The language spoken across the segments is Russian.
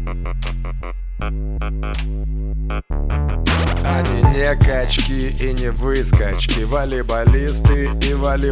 Они не качки и не выскочки, волейболисты и волейболисты.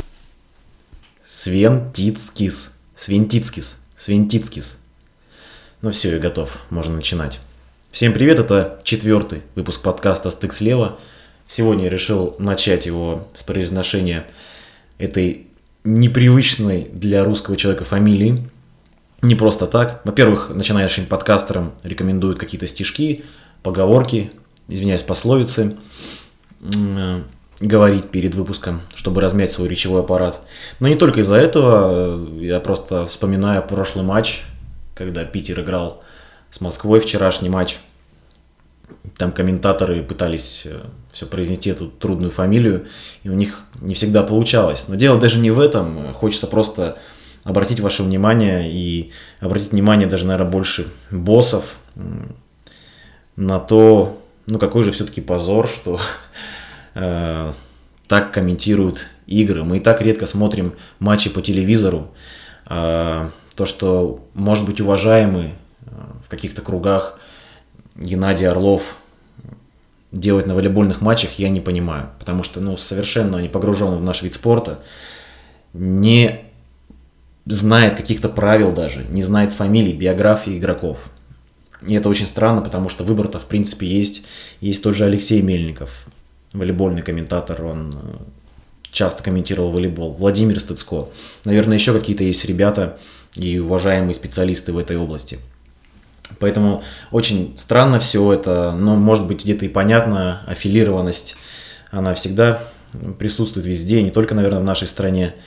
Свентицкис. Ну все, я готов, можно начинать. Всем привет, это 4-й выпуск подкаста «Стык слева». Сегодня я решил начать его с произношения этой непривычной для русского человека фамилии. Не просто так. Во-первых, начинающим подкастерам рекомендуют какие-то стишки, поговорки, извиняюсь, пословицы говорить перед выпуском, чтобы размять свой речевой аппарат. Но не только из-за этого. Я просто вспоминаю прошлый матч, когда Питер играл с Москвой, вчерашний матч. Там комментаторы пытались все произнести эту трудную фамилию, и у них не всегда получалось. Но дело даже не в этом. Хочется просто обратить ваше внимание и обратить внимание даже, наверное, больше боссов на то, какой же все-таки позор, что так комментируют игры. Мы и так редко смотрим матчи по телевизору. То, что может быть уважаемый в каких-то кругах Геннадий Орлов делать на волейбольных матчах, я не понимаю. Потому что совершенно не погружен в наш вид спорта, не знает каких-то правил даже, не знает фамилий, биографии игроков. И это очень странно, потому что выбор-то в принципе есть. Есть тот же Алексей Мельников, волейбольный комментатор, он часто комментировал волейбол. Владимир Стыцко. Наверное, еще какие-то есть ребята и уважаемые специалисты в этой области. Поэтому очень странно все это, но может быть где-то и понятно, аффилированность, она всегда присутствует везде, не только, наверное, в нашей стране.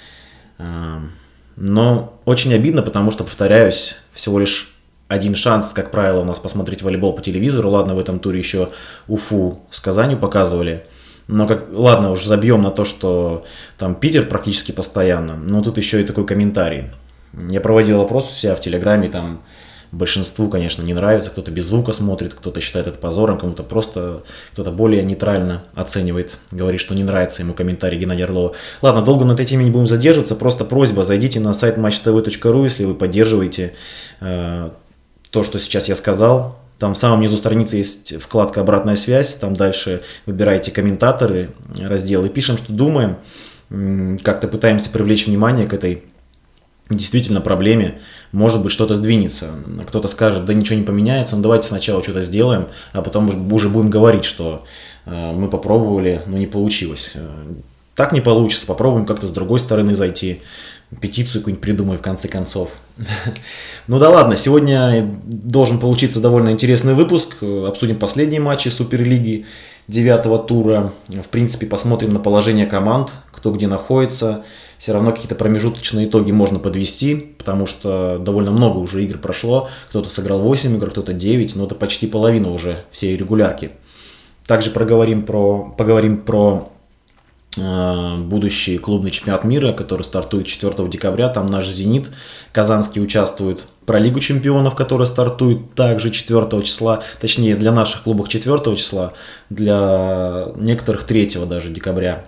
Но очень обидно, потому что, повторяюсь, всего лишь один шанс, как правило, у нас посмотреть волейбол по телевизору. Ладно, в этом туре еще Уфу с Казанью показывали. Но ладно, уж забьем на то, что там Питер практически постоянно. Но тут еще и такой комментарий. Я проводил опрос у себя в Телеграме, там большинству, конечно, не нравится. Кто-то без звука смотрит, кто-то считает это позором, кому-то просто, кто-то более нейтрально оценивает, говорит, что не нравится ему комментарий Геннадия Орлова. Ладно, долго на этой теме не будем задерживаться, просто просьба, зайдите на сайт matchtv.ru, если вы поддерживаете то, что сейчас я сказал. Там в самом низу страницы есть вкладка «Обратная связь», там дальше выбираете комментаторы, раздел, и пишем, что думаем, как-то пытаемся привлечь внимание к этой действительно проблеме. Может быть, что-то сдвинется. Кто-то скажет, да ничего не поменяется, но давайте сначала что-то сделаем, а потом уже будем говорить, что мы попробовали, но не получилось. Так не получится, попробуем как-то с другой стороны зайти, петицию какую-нибудь придумаем в конце концов. Ну да ладно, сегодня должен получиться довольно интересный выпуск. Обсудим последние матчи Суперлиги 9-го тура. В принципе, посмотрим на положение команд, кто где находится. Все равно какие-то промежуточные итоги можно подвести, потому что довольно много уже игр прошло. Кто-то сыграл 8 игр, кто-то 9, но это почти половина уже всей регулярки. Также поговорим про будущий клубный чемпионат мира, который стартует 4 декабря. Там наш «Зенит» казанский участвует. Про Лигу чемпионов, которая стартует также 4 числа. Точнее, для наших клубов 4 числа, для некоторых 3 даже декабря.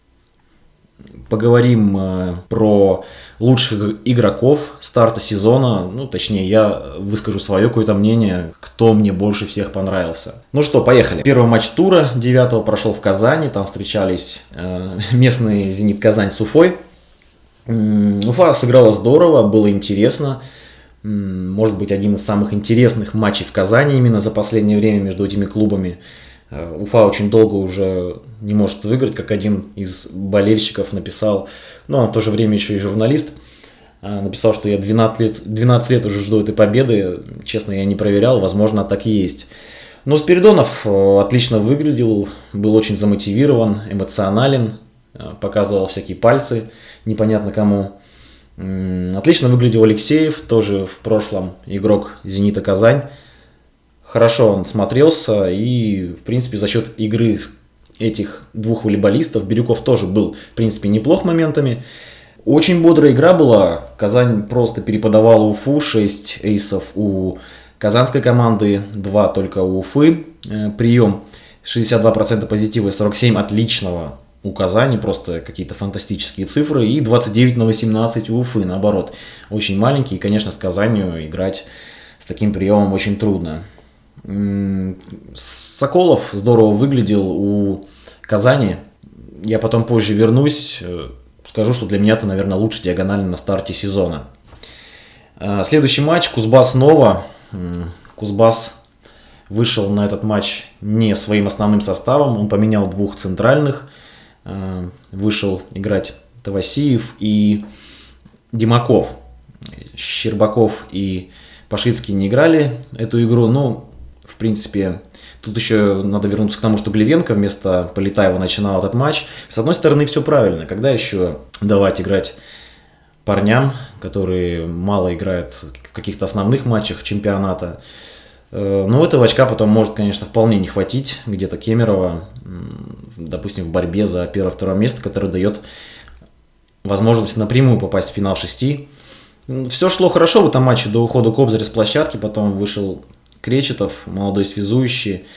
Поговорим про лучших игроков старта сезона. Точнее, я выскажу свое какое-то мнение, кто мне больше всех понравился. Ну что, поехали. Первый матч тура 9-го прошел в Казани. Там встречались местный «Зенит Казань» с Уфой. Уфа сыграла здорово, было интересно. Может быть, один из самых интересных матчей в Казани именно за последнее время между этими клубами. Уфа очень долго уже не может выиграть, как один из болельщиков написал, но он в то же время еще и журналист, написал, что я 12 лет уже жду этой победы. Честно, я не проверял, возможно, так и есть. Но Спиридонов отлично выглядел, был очень замотивирован, эмоционален, показывал всякие пальцы, непонятно кому. Отлично выглядел Алексеев, тоже в прошлом игрок «Зенита Казань». Хорошо он смотрелся, и, в принципе, за счет игры этих двух волейболистов Бирюков тоже был, в принципе, неплох моментами. Очень бодрая игра была. Казань просто переподавала Уфу. 6 эйсов у казанской команды, 2 только у Уфы. Прием 62% позитива и 47% отличного у Казани, просто какие-то фантастические цифры. И 29/18 у Уфы, наоборот, очень маленький. И, конечно, с Казанью играть с таким приемом очень трудно. Соколов здорово выглядел у Казани. Я потом позже вернусь, скажу, что для меня это, наверное, лучший диагональный на старте сезона. Следующий матч Кузбасс-Нова. Кузбасс вышел на этот матч не своим основным составом, он поменял двух центральных. Вышел играть Тавасиев и Димаков. Щербаков и Пашицкий не играли эту игру. Ну, в принципе, тут еще надо вернуться к тому, что Глевенко вместо Полетаева начинал этот матч. С одной стороны, все правильно. Когда еще давать играть парням, которые мало играют в каких-то основных матчах чемпионата? Но этого очка потом может, конечно, вполне не хватить. Где-то Кемерова, допустим, в борьбе за первое-второе место, которое дает возможность напрямую попасть в финал 6. Все шло хорошо в этом матче до ухода Кобзаря с площадки. Потом вышел Кречетов, молодой связующий.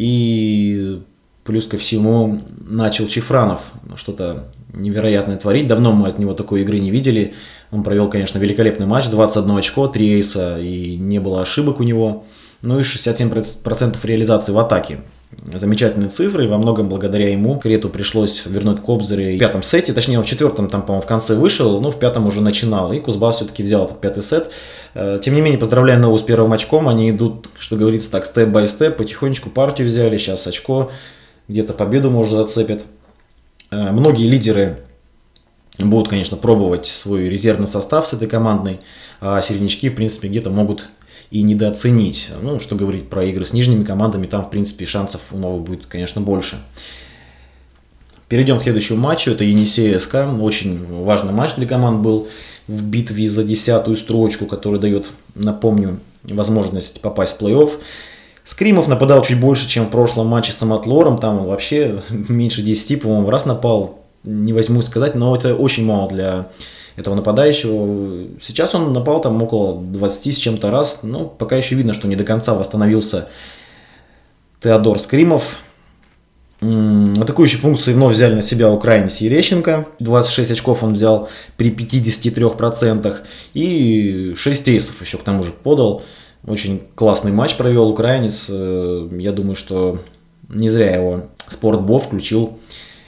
И плюс ко всему начал Чифранов что-то невероятное творить. Давно мы от него такой игры не видели. Он провел, конечно, великолепный матч. 21 очко, 3 эйса, и не было ошибок у него. Ну и 67% реализации в атаке. Замечательные цифры, и во многом благодаря ему Крету пришлось вернуть Кобзаря в пятом сете, точнее он в четвертом там, по-моему, в конце вышел, но в пятом уже начинал, и Кузбасс все-таки взял этот пятый сет. Тем не менее, поздравляю Нову с первым очком, они идут, что говорится так, степ-бай-степ, потихонечку партию взяли, сейчас очко, где-то победу, может, зацепят. Многие лидеры будут, конечно, пробовать свой резервный состав с этой командной, а середнячки, в принципе, где-то могут и недооценить. Ну, что говорить про игры с нижними командами, там, в принципе, шансов у Новых будет, конечно, больше. Перейдем к следующему матчу, это Енисей СК. Очень важный матч для команд был в битве за 10-ю строчку, которая дает, напомню, возможность попасть в плей-офф. Скримов нападал чуть больше, чем в прошлом матче с Аматлором, там вообще меньше 10, по-моему, раз напал, не возьму сказать, но это очень мало для этого нападающего. Сейчас он напал там около 20 с чем-то раз. Но пока еще видно, что не до конца восстановился Теодор Скримов. Атакующие функции вновь взяли на себя украинец Ерещенко. 26 очков он взял при 53%. И 6 эйсов еще к тому же подал. Очень классный матч провел украинец. Я думаю, что не зря его Спортбо включил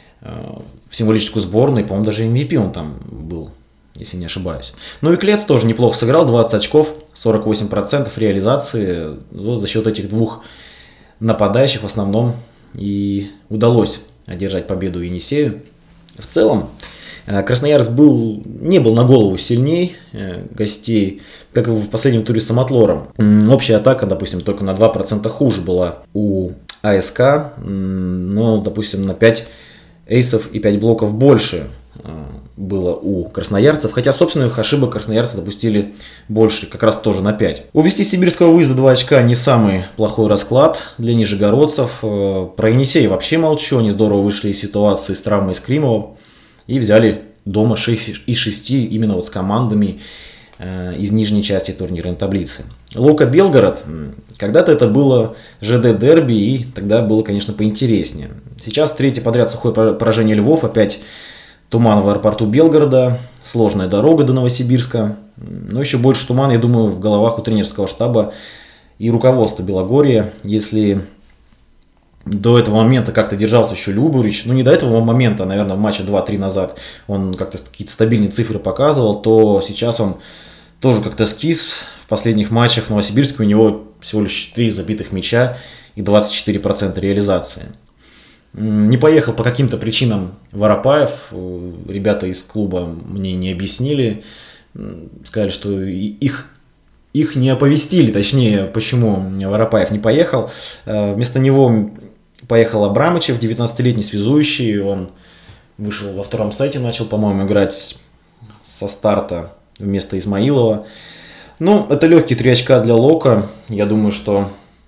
в символическую сборную. По-моему, даже MVP он там был, если не ошибаюсь. Ну и Клец тоже неплохо сыграл, 20 очков, 48% реализации. Вот за счет этих двух нападающих в основном и удалось одержать победу Енисею. В целом, Красноярск не был на голову сильней гостей, как и в последнем туре с Аматлором. Общая атака, допустим, только на 2% хуже была у АСК, но, допустим, на 5 эйсов и 5 блоков больше было у красноярцев, хотя собственных ошибок красноярцы допустили больше, как раз тоже на 5. Увести с сибирского выезда 2 очка не самый плохой расклад для нижегородцев. Про Енисей вообще молчу, они здорово вышли из ситуации с травмой Скримова и взяли дома 6 из 6 именно вот с командами из нижней части турнирной таблицы. Лока Белгород, когда-то это было ЖД-дерби, и тогда было, конечно, поинтереснее. Сейчас третий подряд сухое поражение Львов, опять туман в аэропорту Белгорода, сложная дорога до Новосибирска. Но еще больше тумана, я думаю, в головах у тренерского штаба и руководства Белогорья. Если до этого момента как-то держался еще Любурич, ну не до этого момента, наверное, в матче 2-3 назад он как-то какие-то стабильные цифры показывал, то сейчас он тоже как-то скис. В последних матчах в Новосибирске у него всего лишь 4 забитых мяча и 24% реализации. Не поехал по каким-то причинам Воропаев. Ребята из клуба мне не объяснили. Сказали, что их не оповестили, точнее, почему Воропаев не поехал. Вместо него поехал Абрамычев, 19-летний связующий. Он вышел во втором сете, начал, по-моему, играть со старта вместо Измаилова. Ну, это легкие 3 очка для Лока. Я думаю, что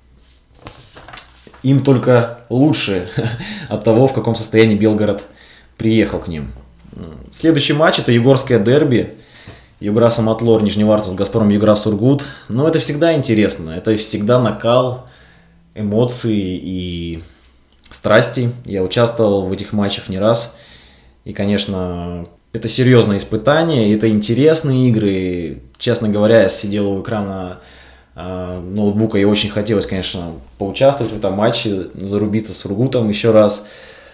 им только лучше от того, в каком состоянии Белгород приехал к ним. Следующий матч — это Югорское дерби. Югра Самотлор, Нижневартовск, Газпром, Югра Сургут. Но это всегда интересно. Это всегда накал эмоций и страсти. Я участвовал в этих матчах не раз. И, конечно, это серьезное испытание. Это интересные игры. Честно говоря, я сидел у экрана ноутбука, и очень хотелось, конечно, поучаствовать в этом матче, зарубиться с Сургутом еще раз.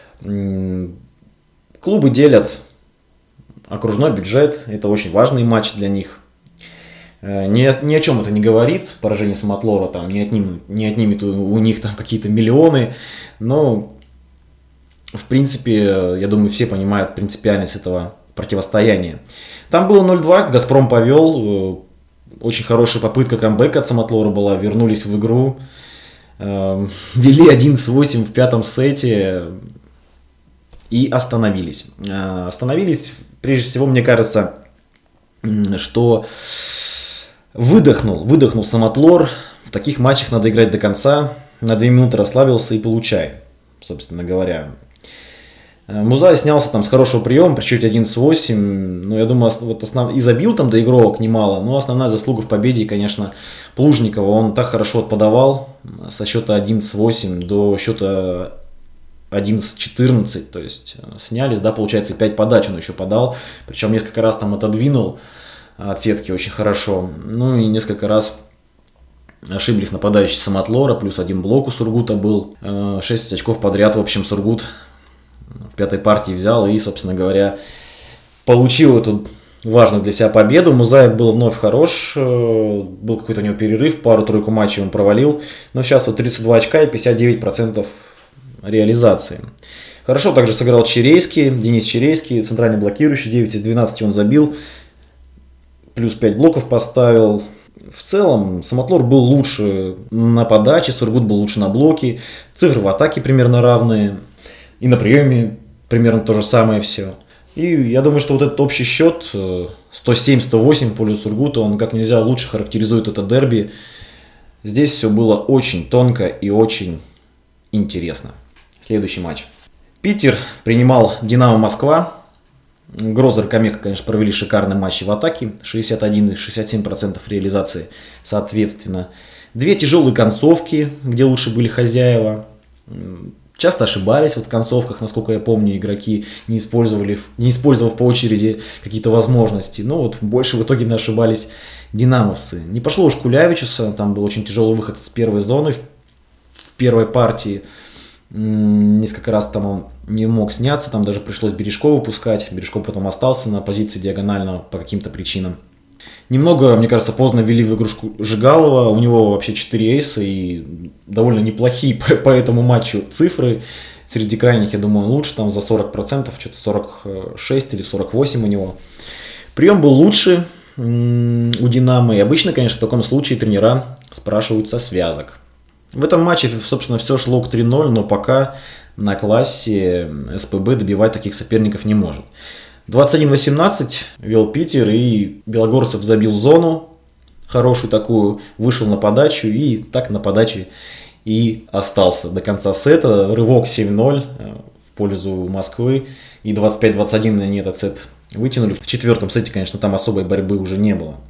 Клубы делят окружной бюджет, это очень важный матч для них. Ни о чем это не говорит, поражение Самотлора там не отнимет у них там какие-то миллионы, но в принципе, я думаю, все понимают принципиальность этого противостояния. Там было 0-2, Газпром повел, очень хорошая попытка камбэка от Самотлора была, вернулись в игру, вели 11-8 в пятом сете и остановились. Остановились, прежде всего, мне кажется, что выдохнул Самотлор. В таких матчах надо играть до конца. На 2 минуты расслабился и получай, собственно говоря. Музай снялся там с хорошего приема, при счете 11-8. Ну, я думаю, вот и забил там доигровок немало. Но основная заслуга в победе, конечно, Плужникова. Он так хорошо подавал со счета 11-8 до счета 11-14. То есть снялись, да, получается, 5 подач он еще подал. Причем несколько раз там отодвинул от сетки очень хорошо. Ну и несколько раз ошиблись нападающие Самотлора, плюс 1 блок у Сургута был. 6 очков подряд, в общем, Сургут в пятой партии взял и, собственно говоря, получил эту важную для себя победу. Музаев был вновь хорош, был какой-то у него перерыв, пару-тройку матчей он провалил. Но сейчас вот 32 очка и 59% реализации. Хорошо также сыграл Черейский, Денис Черейский, центральный блокирующий, 9 из 12 он забил. Плюс 5 блоков поставил. В целом, Самотлор был лучше на подаче, Сургут был лучше на блоке. Цифры в атаке примерно равные. И на приеме примерно то же самое все. И я думаю, что вот этот общий счет 107-108 в пользу Сургута, он как нельзя лучше характеризует это дерби. Здесь все было очень тонко и очень интересно. Следующий матч. Питер принимал Динамо Москва. Гроза и Камеха, конечно, провели шикарные матчи в атаке. 61 и 67% реализации соответственно. 2 тяжелые концовки, где лучше были хозяева. Часто ошибались вот в концовках, насколько я помню, игроки, не использовав по очереди какие-то возможности. Но вот больше в итоге ошибались динамовцы. Не пошло у Шкулявичуса, там был очень тяжелый выход с первой зоны в первой партии. Несколько раз там он не мог сняться, там даже пришлось Бережкова пускать. Бережков потом остался на позиции диагонального по каким-то причинам. Немного, мне кажется, поздно ввели в игрушку Жигалова. У него вообще 4 эйса и довольно неплохие по этому матчу цифры. Среди крайних, я думаю, он лучше, там за 40%, что-то 46 или 48 у него. Прием был лучше у Динамо. И обычно, конечно, в таком случае тренера спрашивают со связок. В этом матче, собственно, все шло к 3-0, но пока на классе СПБ добивать таких соперников не может. 21-18 вел Питер, и Белогорцев забил зону хорошую такую, вышел на подачу и так на подаче и остался до конца сета. Рывок 7-0 в пользу Москвы, и 25-21 они этот сет вытянули. В четвертом сете, конечно, там особой борьбы уже не было.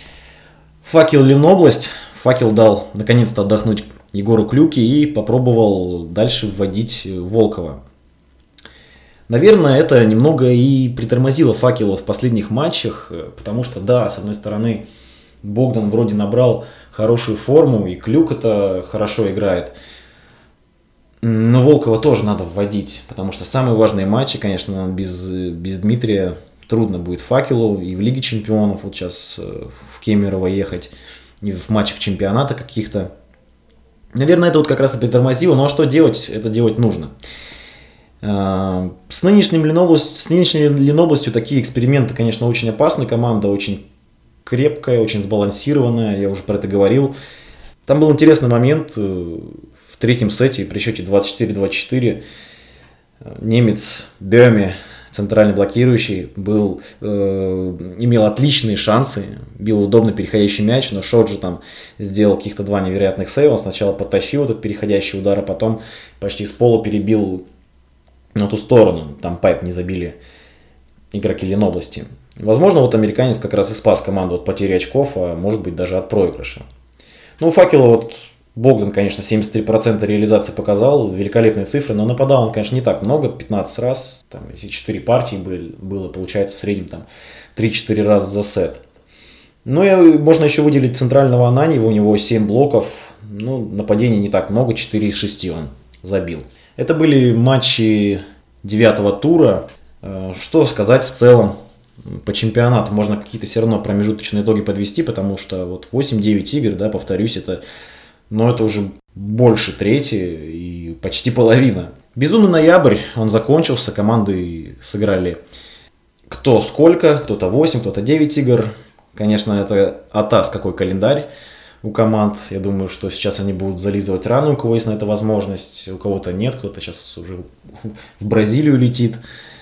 Факел Ленобласть. Факел дал наконец-то отдохнуть Егору Клюке и попробовал дальше вводить Волкова. Наверное, это немного и притормозило Факела в последних матчах, потому что, да, с одной стороны, Богдан вроде набрал хорошую форму, и Клюк это хорошо играет. Но Волкова тоже надо вводить, потому что самые важные матчи, конечно, без Дмитрия трудно будет Факелу, и в Лиге Чемпионов вот сейчас в Кемерово ехать, и в матчах чемпионата каких-то. Наверное, это вот как раз и притормозило, но что делать? Это делать нужно. С нынешней Ленобластью такие эксперименты, конечно, очень опасны. Команда очень крепкая, очень сбалансированная, я уже про это говорил. Там был интересный момент в третьем сете при счете 24-24. Немец Бёме, центральный блокирующий, имел отличные шансы, бил удобно переходящий мяч, но Шоджи там сделал каких-то 2 невероятных сейва. Он сначала подтащил этот переходящий удар, а потом почти с пола перебил на ту сторону. Там пайп не забили игроки Ленобласти. Возможно, вот американец как раз и спас команду от потери очков, а может быть даже от проигрыша. Ну, у Факела вот Богдан, конечно, 73% реализации показал, великолепные цифры, но нападал он, конечно, не так много, 15 раз, там, если 4 партии было, получается в среднем там 3-4 раза за сет. Ну и можно еще выделить центрального Ананьева, у него 7 блоков, нападений не так много, 4 из 6 он забил. Это были матчи 9-го тура. Что сказать в целом по чемпионату? Можно какие-то все равно промежуточные итоги подвести, потому что 8-9 игр, повторюсь, это уже больше трети и почти половина. Безумный ноябрь, он закончился, команды сыграли кто сколько, кто-то 8, кто-то 9 игр. Конечно, это атас какой календарь у команд. Я думаю, что сейчас они будут зализывать раны, у кого есть на это возможность, у кого-то нет, кто-то сейчас уже в Бразилию летит.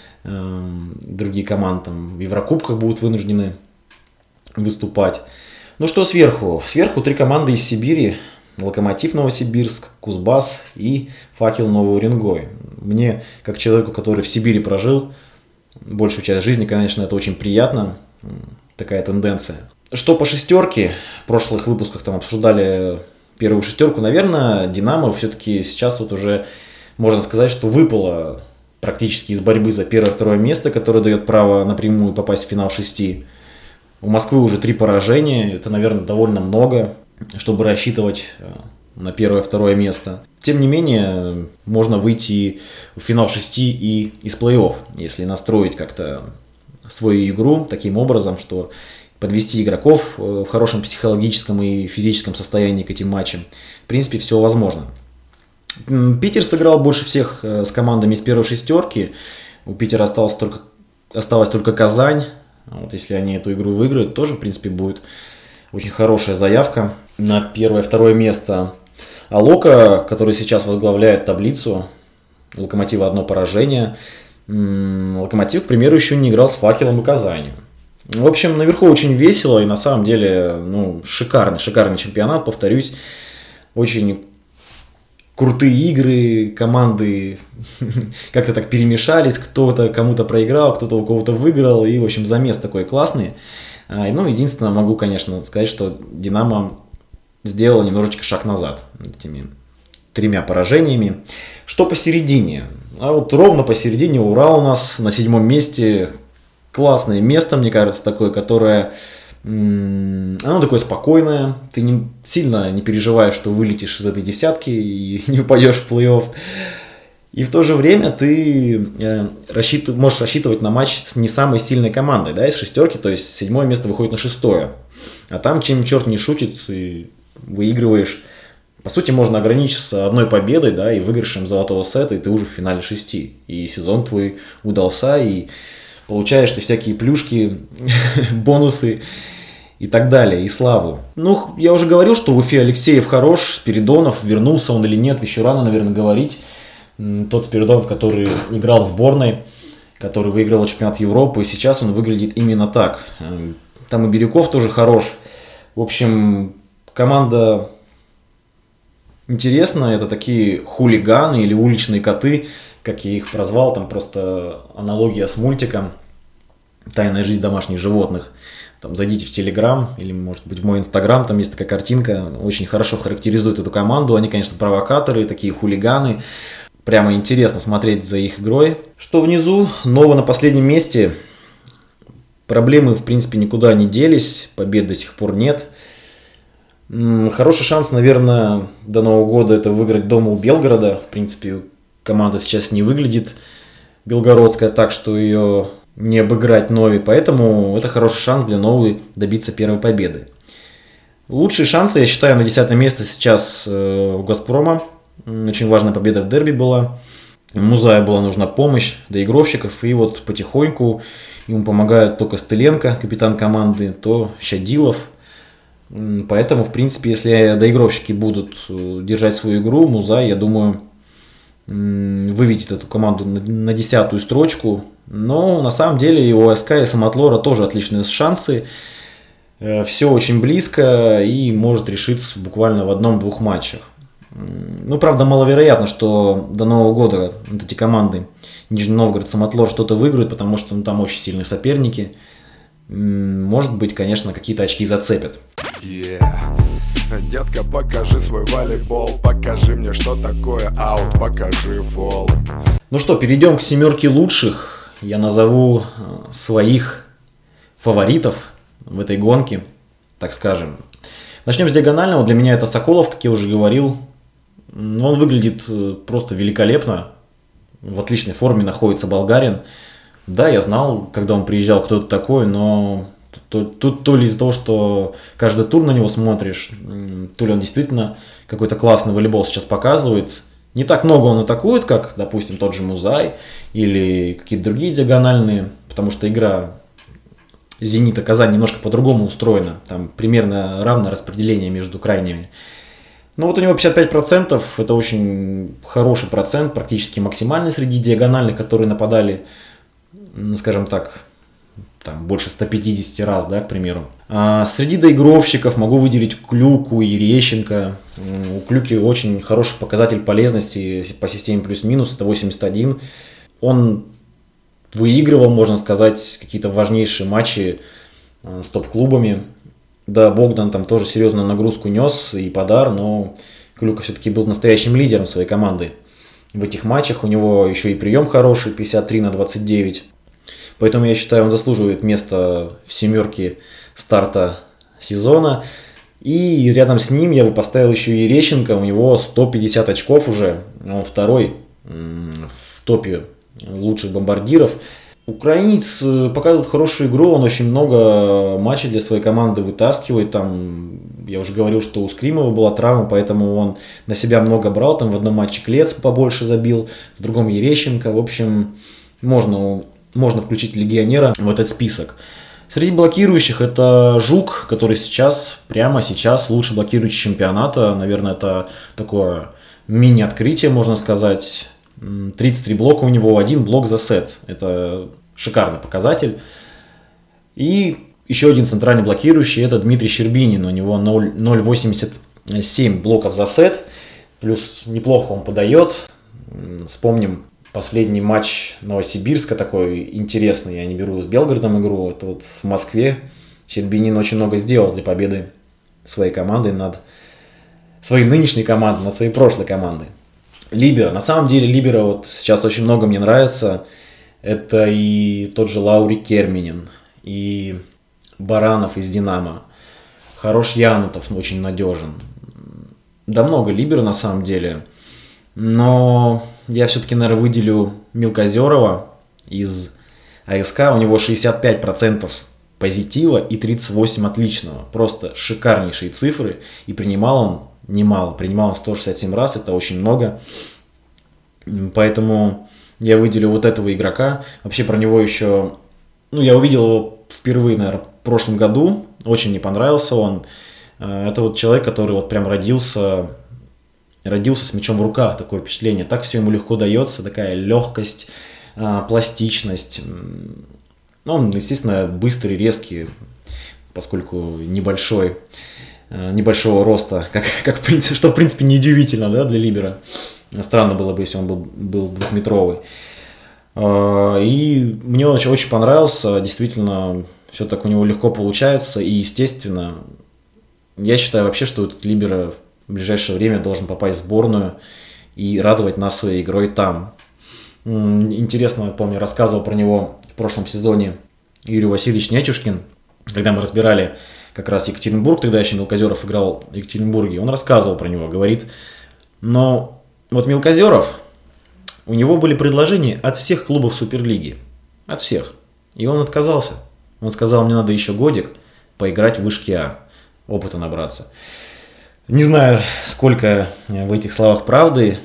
Другие команды в Еврокубках будут вынуждены выступать. Что сверху? Сверху 3 команды из Сибири. Локомотив Новосибирск, Кузбасс и Факел Новый Уренгой. Мне, как человеку, который в Сибири прожил большую часть жизни, конечно, это очень приятно, такая тенденция. Что по шестерке, в прошлых выпусках там обсуждали первую шестерку, наверное, Динамо все-таки сейчас уже можно сказать, что выпало практически из борьбы за первое-второе место, которое дает право напрямую попасть в финал 6. У Москвы уже 3 поражения, это, наверное, довольно много, чтобы рассчитывать на первое-второе место. Тем не менее, можно выйти в финал 6 и из плей-офф, если настроить как-то свою игру таким образом, что подвести игроков в хорошем психологическом и физическом состоянии к этим матчам. В принципе, все возможно. Питер сыграл больше всех с командами из первой шестерки. У Питера осталась только Казань. Если они эту игру выиграют, тоже, в принципе, будет очень хорошая заявка на первое-второе место. А Лока, который сейчас возглавляет таблицу, у Локомотива 1 поражение. Локомотив, к примеру, еще не играл с Факелом и Казанью. В общем, наверху очень весело и на самом деле шикарный чемпионат, повторюсь. Очень крутые игры, команды как-то так перемешались, кто-то кому-то проиграл, кто-то у кого-то выиграл, и, в общем, замес такой классный. Единственное, могу, конечно, сказать, что Динамо сделала немножечко шаг назад этими 3 поражениями. Что посередине? Ровно посередине Урал у нас на 7 месте. Классное место, мне кажется, такое, которое оно такое спокойное. Ты сильно не переживаешь, что вылетишь из этой десятки и не попадешь в плей-офф. И в то же время ты можешь рассчитывать на матч с не самой сильной командой, из шестерки, то есть 7 место выходит на 6. А там, чем черт не шутит, и выигрываешь. По сути, можно ограничиться 1 победой, и выигрышем золотого сета, и ты уже в финале 6. И сезон твой удался, и получаешь ты всякие плюшки, бонусы и так далее, и славу. Я уже говорил, что в Уфе Алексеев хорош, Спиридонов, вернулся он или нет, еще рано, наверное, говорить. Тот Спиридонов, который играл в сборной, который выиграл чемпионат Европы, и сейчас он выглядит именно так. Там и Бирюков тоже хорош. В общем, команда интересная, это такие хулиганы или уличные коты, как я их прозвал, там просто аналогия с мультиком «Тайная жизнь домашних животных». Там зайдите в Телеграм или, может быть, в мой Инстаграм, там есть такая картинка, очень хорошо характеризует эту команду. Они, конечно, провокаторы, такие хулиганы. Прямо интересно смотреть за их игрой. Что внизу? Ново на последнем месте. Проблемы, в принципе, никуда не делись. Побед до сих пор нет. Хороший шанс, наверное, до Нового года это выиграть дома у Белгорода. В принципе, команда сейчас не выглядит белгородская так, что ее не обыграть Нови. Поэтому это хороший шанс для Новой добиться первой победы. Лучшие шансы, я считаю, на 10 место сейчас у Газпрома. Очень важная победа в дерби была. Музаю была нужна помощь доигровщиков. И потихоньку ему помогают то Костыленко, капитан команды, то Щадилов. Поэтому, в принципе, если доигровщики будут держать свою игру, Музай, я думаю, выведет эту команду на 10-ю строчку. Но на самом деле и у ОСК, и Самотлора тоже отличные шансы. Все очень близко и может решиться буквально в 1-2 матчах. Правда, маловероятно, что до Нового года эти команды Нижний Новгород, Самотлор что-то выиграют, потому что там очень сильные соперники. Может быть, конечно, какие-то очки зацепят. Детка, покажи свой волейбол, покажи мне, что такое аут, покажи фол. Перейдем к 7 лучших. Я назову своих фаворитов в этой гонке. так скажем. Начнем с диагонального. Для меня это Соколов, как я уже говорил. Он выглядит просто великолепно. В отличной форме находится болгарин. Да, я знал, когда он приезжал, кто это такой, но тут то ли из-за того, что каждый тур на него смотришь, то ли он действительно какой-то классный волейбол сейчас показывает. Не так много он атакует, как, допустим, тот же Музай или какие-то другие диагональные, потому что игра Зенита Казань немножко по-другому устроена. Там примерно равное распределение между крайними. Но вот у него 55%, это очень хороший процент, практически максимальный среди диагональных, которые нападали, скажем так, там больше 150 раз, да, к примеру. Среди доигровщиков могу выделить Клюку и Рещенко. У Клюки очень хороший показатель полезности по системе плюс-минус, это 81. Он выигрывал, можно сказать, какие-то важнейшие матчи с топ-клубами. Да, Богдан там тоже серьезную нагрузку нес и подар, но Клюка все-таки был настоящим лидером своей команды в этих матчах. У него еще и прием хороший, 53/29. Поэтому я считаю, он заслуживает места в семерке старта сезона. И рядом с ним я бы поставил еще и Рещенко. У него 150 очков уже. Он второй в топе лучших бомбардиров. Украинец показывает хорошую игру. Он очень много матчей для своей команды вытаскивает. Там, я уже говорил, что у Скримова была травма, поэтому он на себя много брал. Там в одном матче Клец побольше забил, в другом Ерещенко. В общем, можно включить легионера в этот список. Среди блокирующих это Жук, который прямо сейчас лучший блокирующий чемпионата. Наверное, это такое мини-открытие, можно сказать. 33 блока у него, 1 блок за сет. Это шикарный показатель. И еще один центральный блокирующий, это Дмитрий Щербинин. У него 0,87 блоков за сет. Плюс неплохо он подает. Вспомним последний матч Новосибирска, такой интересный. Я не беру с Белгородом игру. Это вот в Москве Щербинин очень много сделал для победы своей команды над своей нынешней командой, над своей прошлой командой. Либеро. На самом деле Либеро вот сейчас очень много мне нравится. Это и тот же Лаури Керминин, и Баранов из Динамо. Хорош Янутов, очень надежен. Да много Либеро на самом деле. Но я все-таки, наверное, выделю Мелкозерова из АСК. У него 65% позитива и 38% отличного. Просто шикарнейшие цифры. И принимал он немало. Принимал он 167 раз, это очень много. Поэтому я выделю вот этого игрока. Вообще про него еще... я увидел его впервые, наверное, в прошлом году. Очень мне понравился он. Это вот человек, который вот прям родился с мячом в руках, такое впечатление. Так все ему легко дается, такая легкость, пластичность. Он, естественно, быстрый, резкий, поскольку небольшого роста, что, в принципе, неудивительно, да, для либера. Странно было бы, если он был двухметровый. И мне он очень понравился, действительно, все так у него легко получается. И, естественно, я считаю вообще, что этот либеро в ближайшее время должен попасть в сборную и радовать нас своей игрой там. Интересно, помню, рассказывал про него в прошлом сезоне Юрий Васильевич Нетюшкин, когда мы разбирали как раз Екатеринбург, тогда еще Мелкозеров играл в Екатеринбурге, он рассказывал про него, говорит, но вот Мелкозеров, у него были предложения от всех клубов Суперлиги, от всех, и он отказался. Он сказал, мне надо еще годик поиграть в вышке А, опыта набраться. Не знаю, сколько в этих словах правды,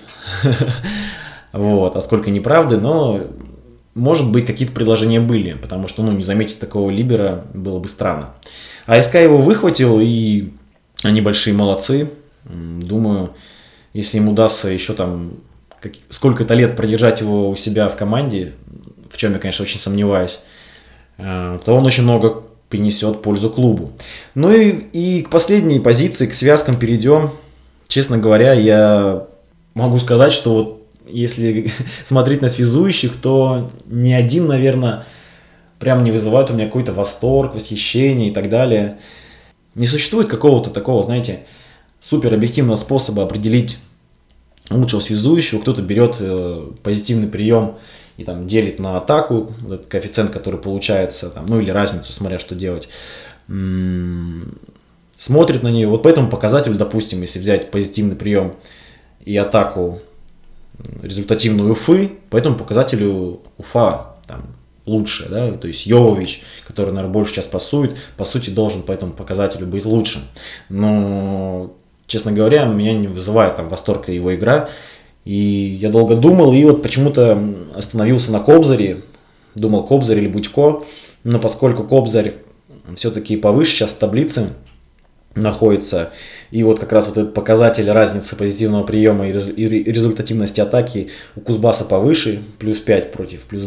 а сколько неправды, но, может быть, какие-то предложения были, потому что, не заметить такого либера было бы странно. АСК его выхватил, и они большие молодцы. Думаю, если им удастся еще там сколько-то лет продержать его у себя в команде, в чем я, конечно, очень сомневаюсь, то он очень много принесет пользу клубу. И к последней позиции, к связкам перейдем. Честно говоря, я могу сказать, что вот если смотреть на связующих, то ни один, наверное, прям не вызывает у меня какой-то восторг, восхищение и так далее. Не существует какого-то такого, знаете, супер объективного способа определить лучшего связующего. Кто-то берет позитивный прием и там делит на атаку, этот коэффициент, который получается, или разницу, смотря что делать. смотрит на нее. Вот по этому показателю, допустим, если взять позитивный прием и атаку результативную Уфы, по этому показателю Уфа там лучше, да, то есть Йовович, который, наверное, больше сейчас пасует, по сути, должен по этому показателю быть лучше. Но, честно говоря, меня не вызывает там восторга его игра, и я долго думал, и вот почему-то остановился на Кобзаре, думал Кобзарь или Будько, но поскольку Кобзарь все-таки повыше сейчас в таблице находится, и вот как раз вот этот показатель разницы позитивного приема и результативности атаки у Кузбасса повыше, плюс 5 против плюс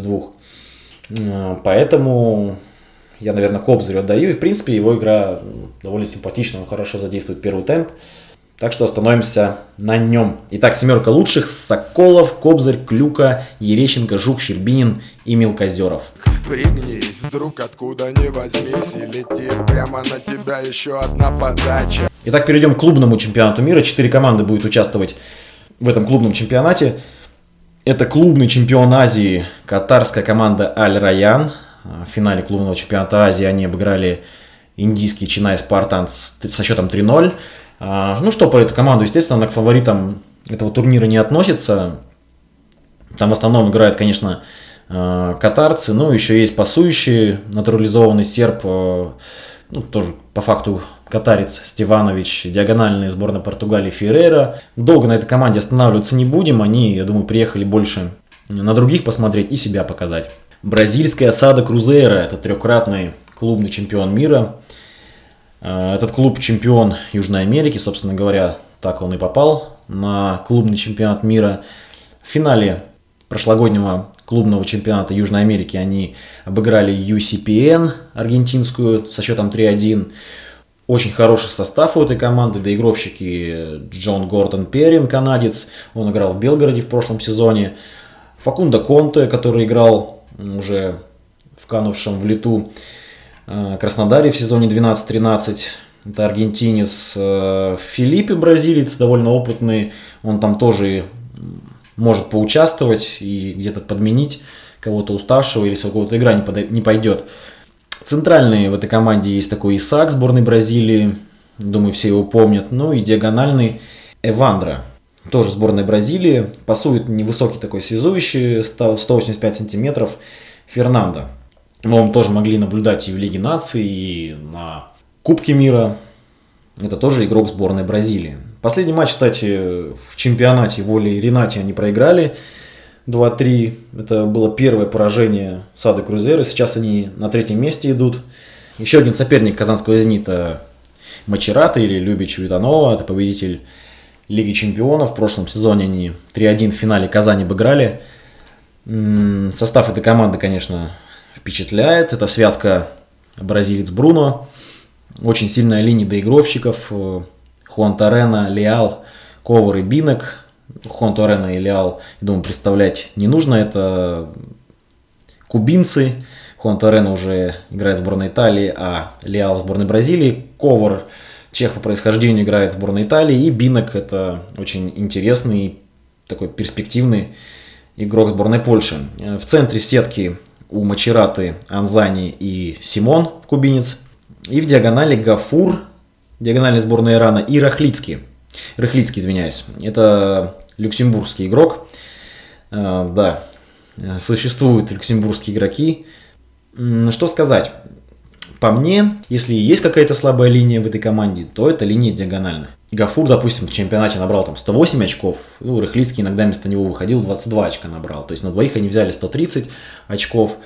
2. Поэтому я, наверное, Кобзарю отдаю. И, в принципе, его игра довольно симпатична, он хорошо задействует первый темп. Так что остановимся на нем. Итак, семерка лучших: Соколов, Кобзарь, Клюка, Ерещенко, Жук, Щербинин и Мелкозеров. Пригнись, вдруг откуда ни возьмись, и летит прямо на тебя еще одна подача. Итак, перейдем к клубному чемпионату мира. 4 команды будут участвовать в этом клубном чемпионате. Это клубный чемпион Азии, катарская команда Аль-Райян. В финале клубного чемпионата Азии они обыграли индийский Ченнай Спартанс со счетом 3-0. Ну что, по эту команду, естественно, она к фаворитам этого турнира не относится. Там в основном играют, конечно, катарцы, но еще есть пасующий, натурализованный серб, тоже по факту катарец Стеванович, диагональная сборная Португалии Феррейра. Долго на этой команде останавливаться не будем, они, я думаю, приехали больше на других посмотреть и себя показать. Бразильская Сада Крузейра, это трехкратный клубный чемпион мира. Этот клуб чемпион Южной Америки, собственно говоря, так он и попал на клубный чемпионат мира. В финале прошлогоднего клубного чемпионата Южной Америки они обыграли UCPN аргентинскую со счетом 3-1. Очень хороший состав у этой команды, доигровщики Джон Гордон Перрин, канадец, он играл в Белгороде в прошлом сезоне. Факундо Конте, который играл уже в канувшем в лету Краснодаре в сезоне 12-13, это аргентинец. Филиппе, бразилец, довольно опытный, он там тоже может поучаствовать и где-то подменить кого-то уставшего, или если у кого-то игра не пойдет. Центральный в этой команде есть такой Исаак, сборной Бразилии, думаю, все его помнят. Ну и диагональный Эвандро, тоже сборная Бразилии, пасует невысокий такой связующий, 185 сантиметров, Фернандо. Мы тоже могли наблюдать и в Лиге наций, и на Кубке мира. Это тоже игрок сборной Бразилии. Последний матч, кстати, в чемпионате волей Ренати они проиграли 2-3. Это было первое поражение Сады Крузейра. Сейчас они на 3-м месте идут. Еще один соперник казанского «Зенита» Мачерата или Любич Витанова. Это победитель Лиги чемпионов. В прошлом сезоне они 3-1 в финале Казани обыграли. Состав этой команды, конечно, впечатляет. Это связка бразилец Бруно. Очень сильная линия доигровщиков. Хуан Торрено, Леал, Ковар и Бинок. Хуан Торрено и Леал, я думаю, представлять не нужно. Это кубинцы. Хуан Торрено уже играет в сборной Италии, а Леал в сборной Бразилии. Ковар, чех по происхождению, играет в сборной Италии. И Бинок — это очень интересный, такой перспективный игрок сборной Польши. В центре сетки у Мачераты Анзани и Симон, кубинец. И в диагонали Гафур, диагональной сборной Ирана, и Рахлицкий, извиняюсь. Это люксембургский игрок. Да, существуют люксембургские игроки. Что сказать? По мне, если есть какая-то слабая линия в этой команде, то это линия диагональных. Гафур, допустим, в чемпионате набрал там 108 очков. Рахлицкий иногда вместо него выходил, 22 очка набрал. То есть на двоих они взяли 130 очков.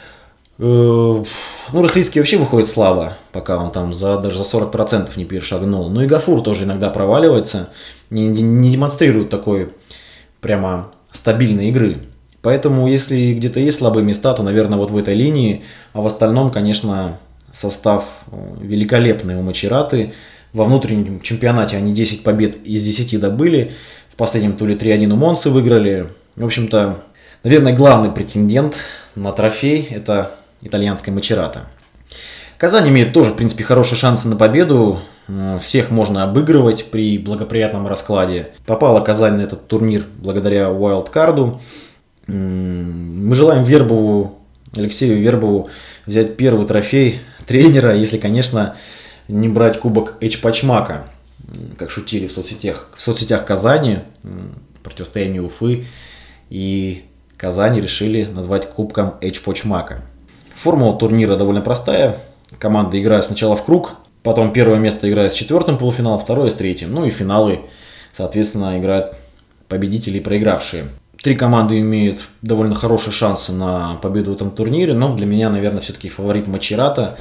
Рахлицкий вообще выходит слабо, пока он там даже за 40% не перешагнул. Ну и Гафур тоже иногда проваливается, не демонстрирует такой прямо стабильной игры. Поэтому, если где-то есть слабые места, то, наверное, вот в этой линии. А в остальном, конечно, состав великолепный у Мачераты. Во внутреннем чемпионате они 10 побед из 10 добыли. В последнем туре 3-1 у Монцы выиграли. В общем-то, наверное, главный претендент на трофей – это итальянская Мачерата. Казань имеет тоже, в принципе, хорошие шансы на победу. Всех можно обыгрывать при благоприятном раскладе. Попала Казань на этот турнир благодаря уайлдкарду. Мы желаем Алексею Вербову взять первый трофей тренера, если, конечно, не брать кубок Эчпочмака, как шутили в соцсетях Казани, противостояние Уфы и Казани решили назвать кубком Эчпочмака. Формула турнира довольно простая. Команды играют сначала в круг, потом первое место играет с четвертым полуфиналом, второе с третьим. Ну и финалы, соответственно, играют победители и проигравшие. 3 команды имеют довольно хорошие шансы на победу в этом турнире, но для меня, наверное, все-таки фаворит Мачерата.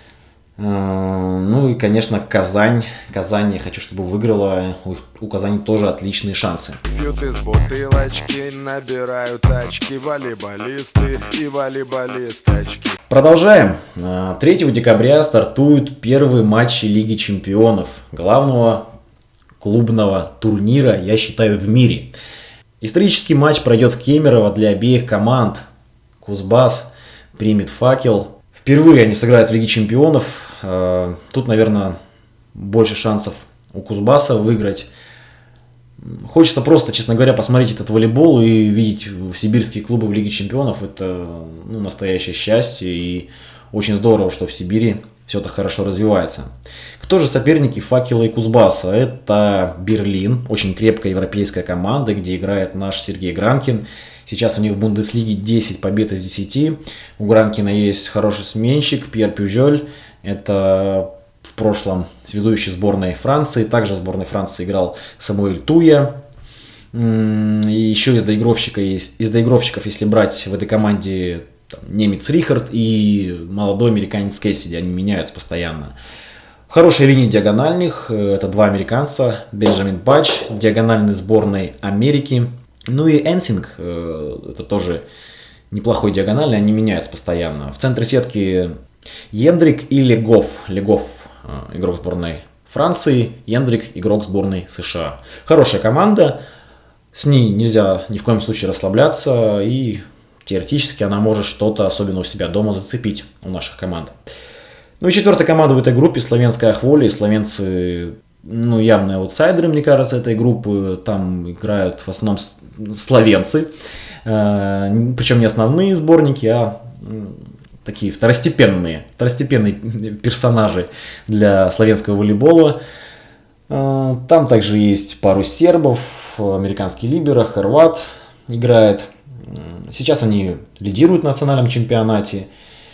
Ну и, конечно, Казань. Казань я хочу, чтобы выиграла. У Казани тоже отличные шансы. Пьют из бутылочки, набирают очки волейболисты и волейболисточки. Продолжаем. 3 декабря стартуют первые матчи Лиги Чемпионов, главного клубного турнира, я считаю, в мире. Исторический матч пройдет в Кемерово для обеих команд. Кузбасс примет Факел. Впервые они сыграют в Лиге Чемпионов. Тут, наверное, больше шансов у Кузбасса выиграть. Хочется просто, честно говоря, посмотреть этот волейбол и видеть сибирские клубы в Лиге Чемпионов. Это настоящее счастье, и очень здорово, что в Сибири все это хорошо развивается. Кто же соперники Факела и Кузбасса? Это Берлин, очень крепкая европейская команда, где играет наш Сергей Гранкин. Сейчас у них в Бундеслиге 10 побед из 10. У Гранкина есть хороший сменщик Пьер Пюжоль. Это в прошлом связующий сборной Франции. Также в сборной Франции играл Самуэль Туя. И еще из доигровщиков, если брать в этой команде немец Рихард и молодой американец Кэссиди. Они меняются постоянно. Хорошая линия диагональных. Это 2 американца. Бенджамин Патч, диагональной сборной Америки. Ну и Энсинг, это тоже неплохой диагональный, они меняются постоянно. В центре сетки Ендрик и Легов. Легов, игрок сборной Франции, Ендрик, игрок сборной США. Хорошая команда, с ней нельзя ни в коем случае расслабляться, и теоретически она может что-то, особенно у себя дома, зацепить у наших команд. Ну и 4-я команда в этой группе, словенская Ахволи. Словенцы, явные аутсайдеры, мне кажется, этой группы. Там играют в основном словенцы, причем не основные сборники, а такие второстепенные персонажи для словенского волейбола. Там также есть пару сербов, американский либеро, хорват играет. Сейчас они лидируют в национальном чемпионате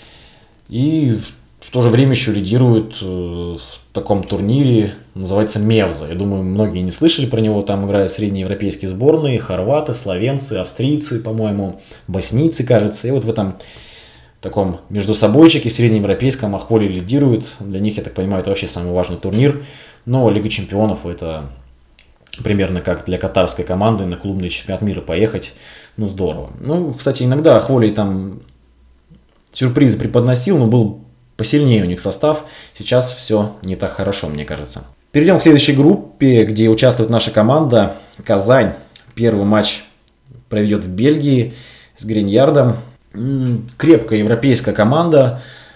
и в то же время еще лидируют в таком турнире, называется Мевза. Я думаю, многие не слышали про него. Там играют среднеевропейские сборные, хорваты, словенцы, австрийцы, по-моему, боснийцы, кажется. И вот в этом таком междусобойчике среднеевропейском Ахволи лидирует. Для них, я так понимаю, это вообще самый важный турнир. Но Лига Чемпионов — это примерно как для катарской команды на клубный чемпионат мира поехать. Здорово. Кстати, иногда Ахволи там сюрпризы преподносил, но был посильнее у них состав. Сейчас все не так хорошо, мне кажется. Перейдем к следующей группе, где участвует наша команда Казань. Первый матч проведет в Бельгии с Гриньярдом. Крепкая европейская команда,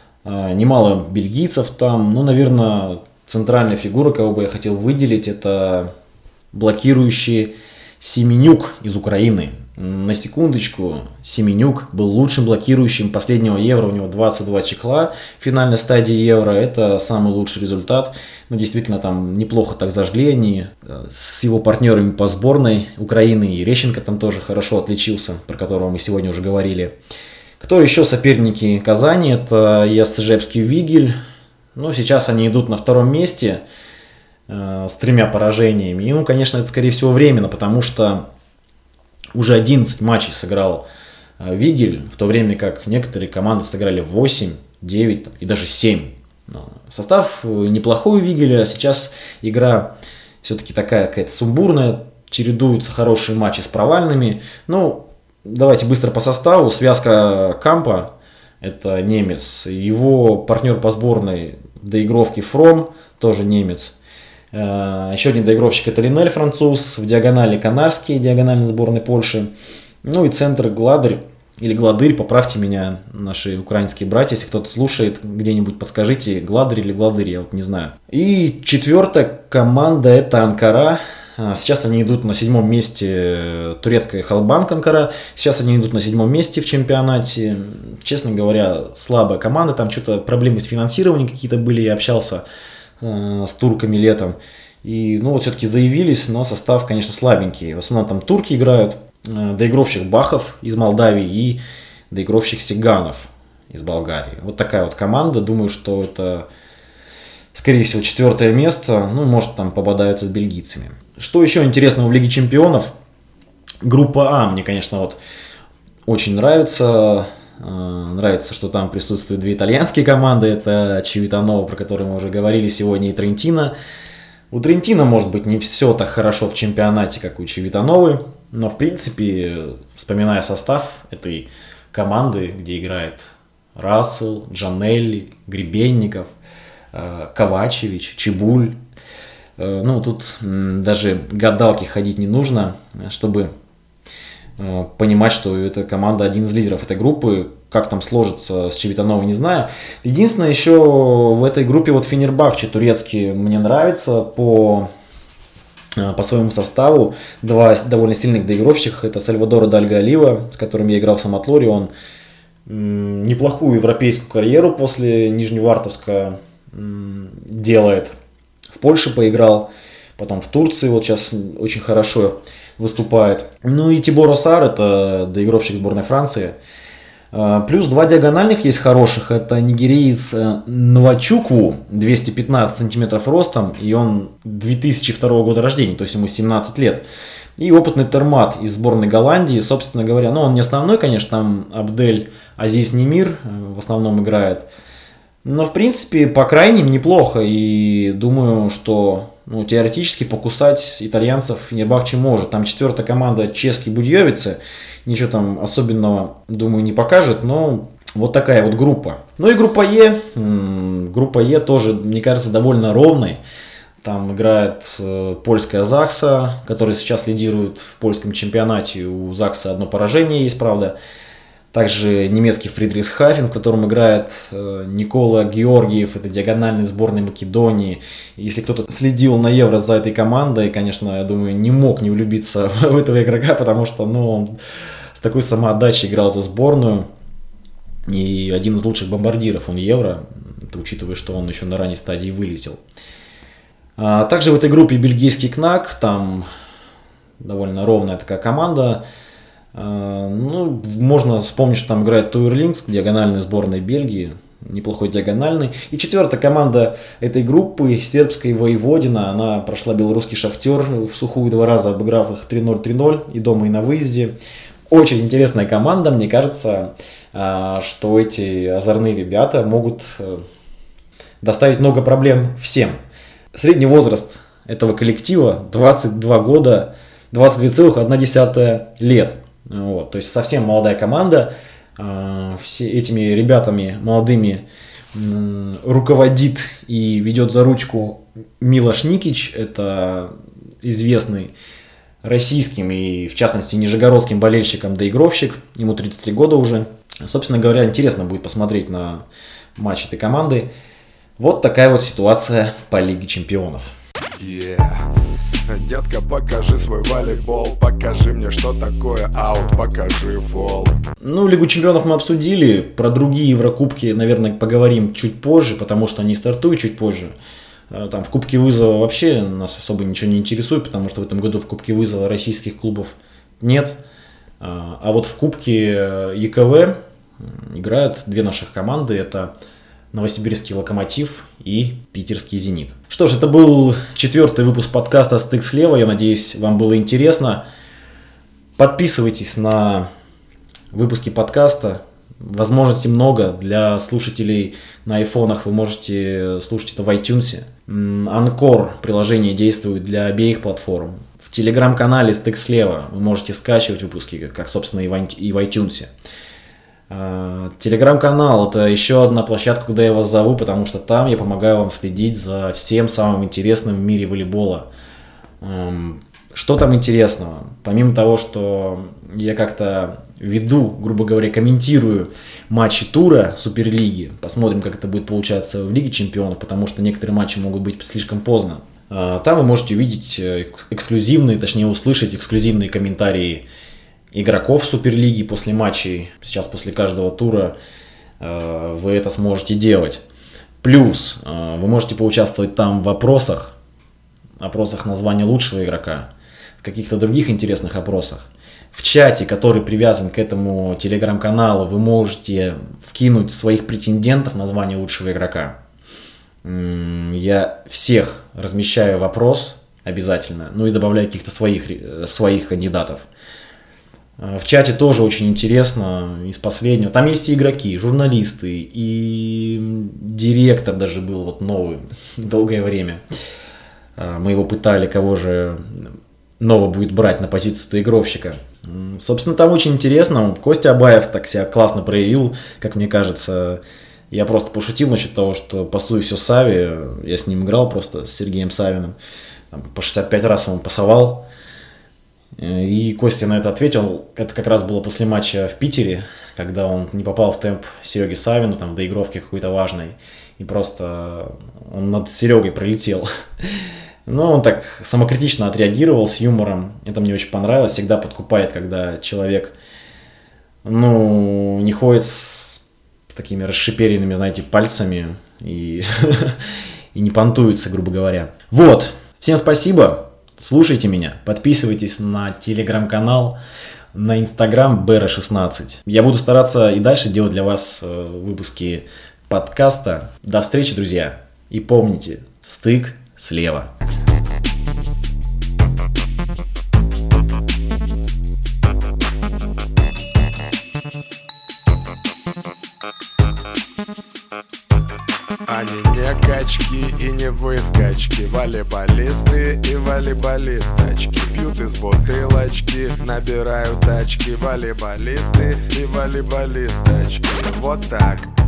немало бельгийцев там. Наверное, центральная фигура, кого бы я хотел выделить, это блокирующий Семенюк из Украины. На секундочку, Семенюк был лучшим блокирующим последнего Евро, у него 22 чехла в финальной стадии Евро, это самый лучший результат. Действительно, там неплохо так зажгли они с его партнерами по сборной Украины, и Рещенко там тоже хорошо отличился, про которого мы сегодня уже говорили. Кто еще соперники Казани? Это Ястребский Вигель. Сейчас они идут на 2-м месте с 3 поражениями. И, конечно, это скорее всего временно, потому что уже 11 матчей сыграл Вигель, в то время как некоторые команды сыграли 8, 9 и даже 7. Состав неплохой у Вигеля, сейчас игра все-таки такая какая-то сумбурная, чередуются хорошие матчи с провальными. Давайте быстро по составу. Связка Кампа, это немец, его партнер по сборной доигровки Фром, тоже немец. Еще один доигровщик — это Линель, француз, в диагонали Канарский, диагональной сборной Польши. И центр Гладырь, или Гладырь, поправьте меня, наши украинские братья, если кто-то слушает, где-нибудь подскажите, Гладырь или Гладырь, я не знаю. И 4-я команда — это Анкара. Сейчас они идут на 7-м месте, турецкая Халбанк Анкара. Сейчас они идут на 7-м месте в чемпионате. Честно говоря, слабая команда, там что-то проблемы с финансированием какие-то были, я общался с турками летом. И, ну, вот все-таки заявились, но состав, конечно, слабенький. В основном там турки играют, доигровщик Бахов из Молдавии и доигровщик Сиганов из Болгарии. Вот такая вот команда. Думаю, что это, скорее всего, 4 место. Ну, может, там пободаются с бельгийцами. Что еще интересного в Лиге Чемпионов? Группа А мне, конечно, вот очень нравится. Нравится, что там присутствуют 2 итальянские команды. Это Чивитаново, про который мы уже говорили сегодня, и Трентино. У Трентино, может быть, не все так хорошо в чемпионате, как у Чивитановы. Но, в принципе, вспоминая состав этой команды, где играет Рассел, Джанелли, Гребенников, Ковачевич, Чебуль. Ну, тут даже гадалки ходить не нужно, чтобы понимать, что эта команда один из лидеров этой группы. Как там сложится с Чивитановой, не знаю. Единственное, еще в этой группе вот Фенербахче турецкий мне нравится по своему составу. 2 довольно сильных доигровщика. Это Сальвадоро Дальга-Олива, с которым я играл в Самотлоре. Он неплохую европейскую карьеру после Нижневартовска делает. В Польше поиграл, потом в Турции вот сейчас очень хорошо выступает. Ну и Тиборо Сар, это доигровщик сборной Франции. Плюс 2 диагональных есть хороших. Это нигериец Нвачукву, 215 сантиметров ростом, и он 2002 года рождения, то есть ему 17 лет. И опытный Термат из сборной Голландии, собственно говоря, ну он не основной, конечно, там Абдель Азиз Немир в основном играет. Но, в принципе, по крайним неплохо, и думаю, что теоретически покусать итальянцев Фенербахче может. Там 4-я команда Чески Будьевицы, ничего там особенного, думаю, не покажет, но вот такая вот группа. Ну и группа Е. Группа Е тоже, мне кажется, довольно ровной. Там играет польская Закса, которая сейчас лидирует в польском чемпионате. У Закса одно поражение есть, правда. Также немецкий Фридрихсхафен, в котором играет Никола Георгиев, это диагональный сборной Македонии. Если кто-то следил на Евро за этой командой, конечно, я думаю, не мог не влюбиться в этого игрока, потому что он с такой самоотдачей играл за сборную. И один из лучших бомбардиров он Евро, это учитывая, что он еще на ранней стадии вылетел. Также в этой группе бельгийский КНАК, там довольно ровная такая команда. Можно вспомнить, что там играет Туерлингс, диагональной сборной Бельгии, неплохой диагональный. И 4-я команда этой группы, сербская Воеводина, она прошла белорусский Шахтер в сухую 2 раза, обыграв их 3-0, 3-0 и дома, и на выезде. Очень интересная команда, мне кажется, что эти озорные ребята могут доставить много проблем всем. Средний возраст этого коллектива 22 года, 22,1 лет. Вот, то есть совсем молодая команда. Все этими ребятами молодыми руководит и ведет за ручку Милош Никич. Это известный российским и, в частности, нижегородским болельщикам доигровщик. Ему 33 года уже. Собственно говоря, интересно будет посмотреть на матч этой команды. Вот такая вот ситуация по Лиге Чемпионов. Детка, покажи свой волейбол, покажи мне, что такое аут, покажи фол. Лигу Чемпионов мы обсудили, про другие Еврокубки, наверное, поговорим чуть позже, потому что они стартуют чуть позже. Там в Кубке Вызова вообще нас особо ничего не интересует, потому что в этом году в Кубке Вызова российских клубов нет. А вот в Кубке ЕКВ играют 2 наших команды, это Новосибирский Локомотив и Питерский Зенит. Что ж, это был 4-й выпуск подкаста «Стык слева». Я надеюсь, вам было интересно. Подписывайтесь на выпуски подкаста. Возможностей много. Для слушателей на айфонах вы можете слушать это в iTunes. Анкор приложение действует для обеих платформ. В телеграм-канале «Стык слева» вы можете скачивать выпуски, как, собственно, и в iTunes. Телеграм-канал — это еще одна площадка, куда я вас зову, потому что там я помогаю вам следить за всем самым интересным в мире волейбола. Что там интересного? Помимо того, что я как-то веду, грубо говоря, комментирую матчи тура Суперлиги, посмотрим, как это будет получаться в Лиге Чемпионов, потому что некоторые матчи могут быть слишком поздно. Там вы можете увидеть эксклюзивные, точнее услышать эксклюзивные комментарии игроков Суперлиги после матчей. Сейчас после каждого тура вы это сможете делать. Плюс вы можете поучаствовать там в опросах на звание лучшего игрока, в каких-то других интересных опросах. В чате, который привязан к этому телеграм-каналу, вы можете вкинуть своих претендентов на звание лучшего игрока. Я всех размещаю в опрос обязательно, ну и добавляю каких-то своих кандидатов. В чате тоже очень интересно, из последнего. Там есть и игроки, и журналисты, и директор даже был вот новый, долгое время. Мы его пытали, кого же нового будет брать на позицию доигровщика. Собственно, там очень интересно. Костя Абаев так себя классно проявил, как мне кажется. Я просто пошутил насчет того, что пасую все Саве. Я с ним играл просто, с Сергеем Савиным. Там, по 65 раз ему пасовал. И Костя на это ответил. Это как раз было после матча в Питере, когда он не попал в темп Сереги Савину, там в доигровке какой-то важной. И просто он над Серегой пролетел. Но он так самокритично отреагировал, с юмором. Это мне очень понравилось. Всегда подкупает, когда человек, не ходит с такими расшиперенными, знаете, пальцами и не понтуется, грубо говоря. Вот. Всем спасибо. Слушайте меня. Подписывайтесь на телеграм-канал, на инстаграм Bera16. Я буду стараться и дальше делать для вас выпуски подкаста. До встречи, друзья. И помните, стык слева. Они не качки и не выскочки, волейболисты и волейболисточки. Пьют из бутылочки, набирают очки, волейболисты и волейболисточки. Вот так.